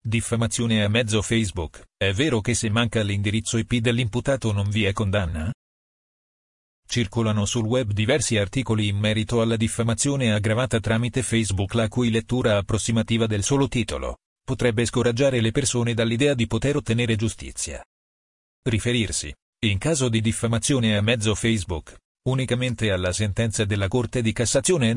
Diffamazione a mezzo Facebook. È vero che se manca l'indirizzo IP dell'imputato non vi è condanna? Circolano sul web diversi articoli in merito alla diffamazione aggravata tramite Facebook, la cui lettura approssimativa del solo titolo potrebbe scoraggiare le persone dall'idea di poter ottenere giustizia. Riferirsi, in caso di diffamazione a mezzo Facebook, unicamente alla sentenza della Corte di Cassazione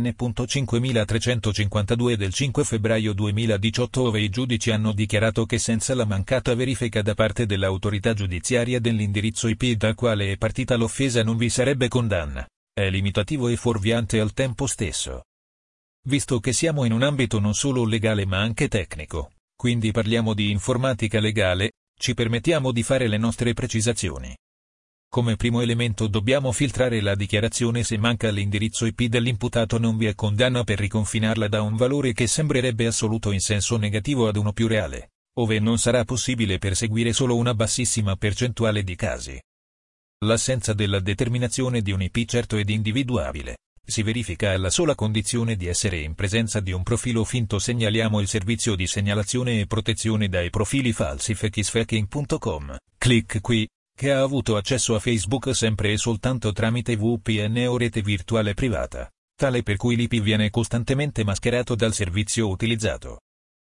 N.5352 del 5 febbraio 2018, ove i giudici hanno dichiarato che senza la mancata verifica da parte dell'autorità giudiziaria dell'indirizzo IP dal quale è partita l'offesa non vi sarebbe condanna, è limitativo e fuorviante al tempo stesso. Visto che siamo in un ambito non solo legale ma anche tecnico, quindi parliamo di informatica legale, ci permettiamo di fare le nostre precisazioni. Come primo elemento dobbiamo filtrare la dichiarazione: se manca l'indirizzo IP dell'imputato non vi è condanna, per riconfinarla da un valore che sembrerebbe assoluto in senso negativo ad uno più reale, ove non sarà possibile perseguire solo una bassissima percentuale di casi. L'assenza della determinazione di un IP certo ed individuabile si verifica alla sola condizione di essere in presenza di un profilo finto. Segnaliamo il servizio di segnalazione e protezione dai profili falsi fakisfaking.com, clic qui, che ha avuto accesso a Facebook sempre e soltanto tramite VPN o rete virtuale privata, tale per cui l'IP viene costantemente mascherato dal servizio utilizzato.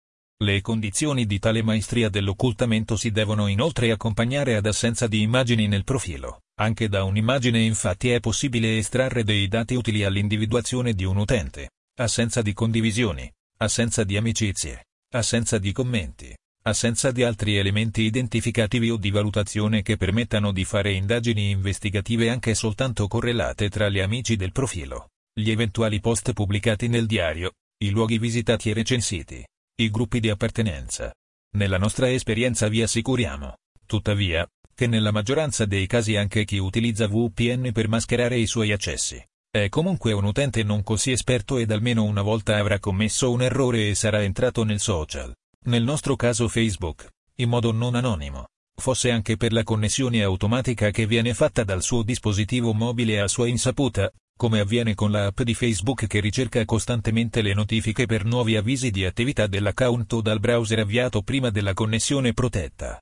Le condizioni di tale maestria dell'occultamento si devono inoltre accompagnare ad assenza di immagini nel profilo. Anche da un'immagine infatti è possibile estrarre dei dati utili all'individuazione di un utente, assenza di condivisioni, assenza di amicizie, assenza di commenti, assenza di altri elementi identificativi o di valutazione che permettano di fare indagini investigative anche soltanto correlate tra gli amici del profilo, gli eventuali post pubblicati nel diario, i luoghi visitati e recensiti, i gruppi di appartenenza. Nella nostra esperienza vi assicuriamo, tuttavia, che nella maggioranza dei casi anche chi utilizza VPN per mascherare i suoi accessi è comunque un utente non così esperto ed almeno una volta avrà commesso un errore e sarà entrato nel social, nel nostro caso Facebook, in modo non anonimo, fosse anche per la connessione automatica che viene fatta dal suo dispositivo mobile a sua insaputa, come avviene con la app di Facebook che ricerca costantemente le notifiche per nuovi avvisi di attività dell'account o dal browser avviato prima della connessione protetta.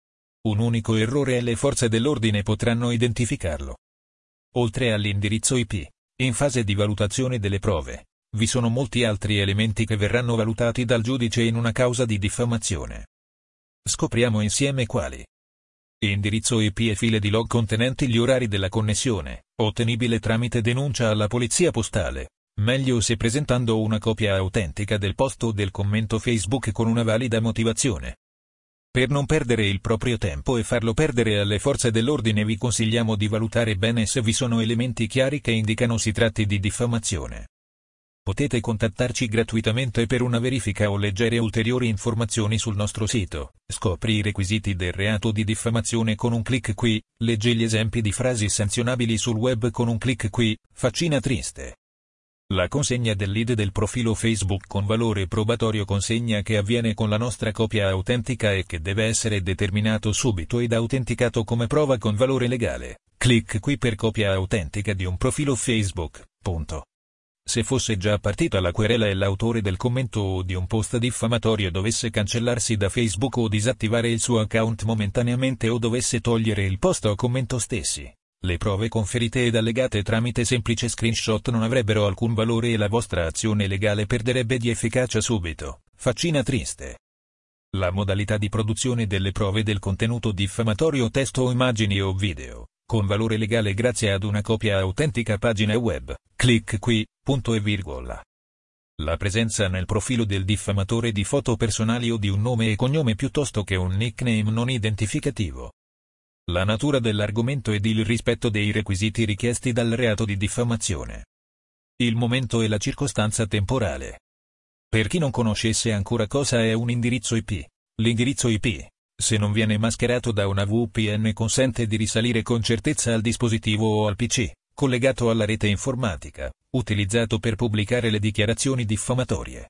Un unico errore e le forze dell'ordine potranno identificarlo. Oltre all'indirizzo IP, in fase di valutazione delle prove, vi sono molti altri elementi che verranno valutati dal giudice in una causa di diffamazione. Scopriamo insieme quali. Indirizzo IP e file di log contenenti gli orari della connessione, ottenibile tramite denuncia alla polizia postale, meglio se presentando una copia autentica del post o del commento Facebook con una valida motivazione. Per non perdere il proprio tempo e farlo perdere alle forze dell'ordine vi consigliamo di valutare bene se vi sono elementi chiari che indicano si tratti di diffamazione. Potete contattarci gratuitamente per una verifica o leggere ulteriori informazioni sul nostro sito. Scopri i requisiti del reato di diffamazione con un clic qui, leggi gli esempi di frasi sanzionabili sul web con un clic qui, faccina triste. La consegna del lead del profilo Facebook con valore probatorio, consegna che avviene con la nostra copia autentica e che deve essere determinato subito ed autenticato come prova con valore legale. Clic qui per copia autentica di un profilo Facebook. Punto. Se fosse già partita la querela e l'autore del commento o di un post diffamatorio dovesse cancellarsi da Facebook o disattivare il suo account momentaneamente o dovesse togliere il post o commento stessi, le prove conferite ed allegate tramite semplice screenshot non avrebbero alcun valore e la vostra azione legale perderebbe di efficacia subito. Faccina triste. La modalità di produzione delle prove del contenuto diffamatorio, testo o immagini o video, con valore legale grazie ad una copia autentica pagina web. Clic qui, punto e virgola. La presenza nel profilo del diffamatore di foto personali o di un nome e cognome piuttosto che un nickname non identificativo. La natura dell'argomento ed il rispetto dei requisiti richiesti dal reato di diffamazione. Il momento e la circostanza temporale. Per chi non conoscesse ancora cosa è un indirizzo IP, l'indirizzo IP, se non viene mascherato da una VPN, consente di risalire con certezza al dispositivo o al PC, collegato alla rete informatica, utilizzato per pubblicare le dichiarazioni diffamatorie.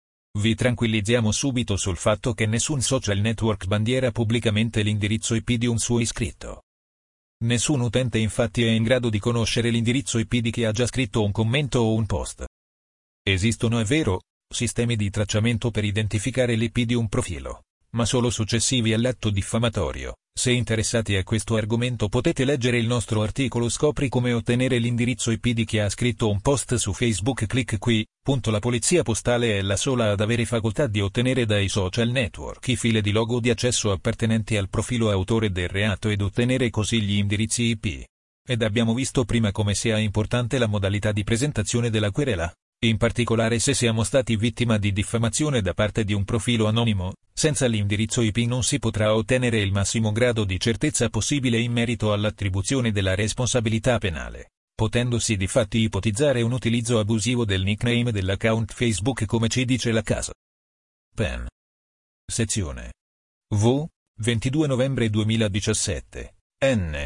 Vi tranquillizziamo subito sul fatto che nessun social network bandiera pubblicamente l'indirizzo IP di un suo iscritto. Nessun utente infatti è in grado di conoscere l'indirizzo IP di chi ha già scritto un commento o un post. Esistono, è vero, sistemi di tracciamento per identificare l'IP di un profilo, ma solo successivi all'atto diffamatorio. Se interessati a questo argomento potete leggere il nostro articolo Scopri come ottenere l'indirizzo IP di chi ha scritto un post su Facebook. Clic qui. La polizia postale è la sola ad avere facoltà di ottenere dai social network i file di logo di accesso appartenenti al profilo autore del reato ed ottenere così gli indirizzi IP. Ed abbiamo visto prima come sia importante la modalità di presentazione della querela. In particolare se siamo stati vittima di diffamazione da parte di un profilo anonimo, senza l'indirizzo IP non si potrà ottenere il massimo grado di certezza possibile in merito all'attribuzione della responsabilità penale, potendosi difatti ipotizzare un utilizzo abusivo del nickname dell'account Facebook come ci dice la casa. PEN. Sezione V. 22 novembre 2017. N.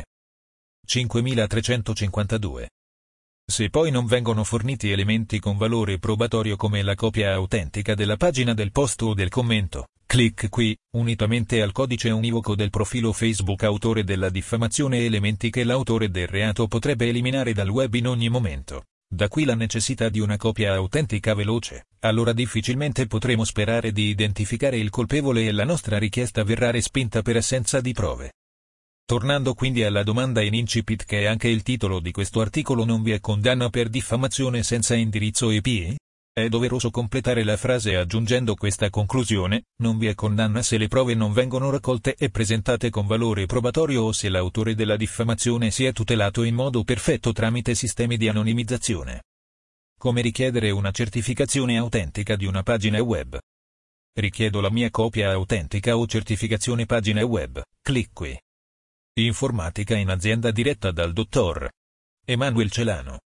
5352. Se poi non vengono forniti elementi con valore probatorio come la copia autentica della pagina del post o del commento, clic qui, unitamente al codice univoco del profilo Facebook autore della diffamazione elementi che l'autore del reato potrebbe eliminare dal web in ogni momento. Da qui la necessità di una copia autentica veloce, allora difficilmente potremo sperare di identificare il colpevole e la nostra richiesta verrà respinta per assenza di prove. Tornando quindi alla domanda in incipit che è anche il titolo di questo articolo, non vi è condanna per diffamazione senza indirizzo IP? È doveroso completare la frase aggiungendo questa conclusione: non vi è condanna se le prove non vengono raccolte e presentate con valore probatorio o se l'autore della diffamazione si è tutelato in modo perfetto tramite sistemi di anonimizzazione. Come richiedere una certificazione autentica di una pagina web? Richiedo la mia copia autentica o certificazione pagina web, clic qui. Informatica in azienda diretta dal dottor Emanuel Celano.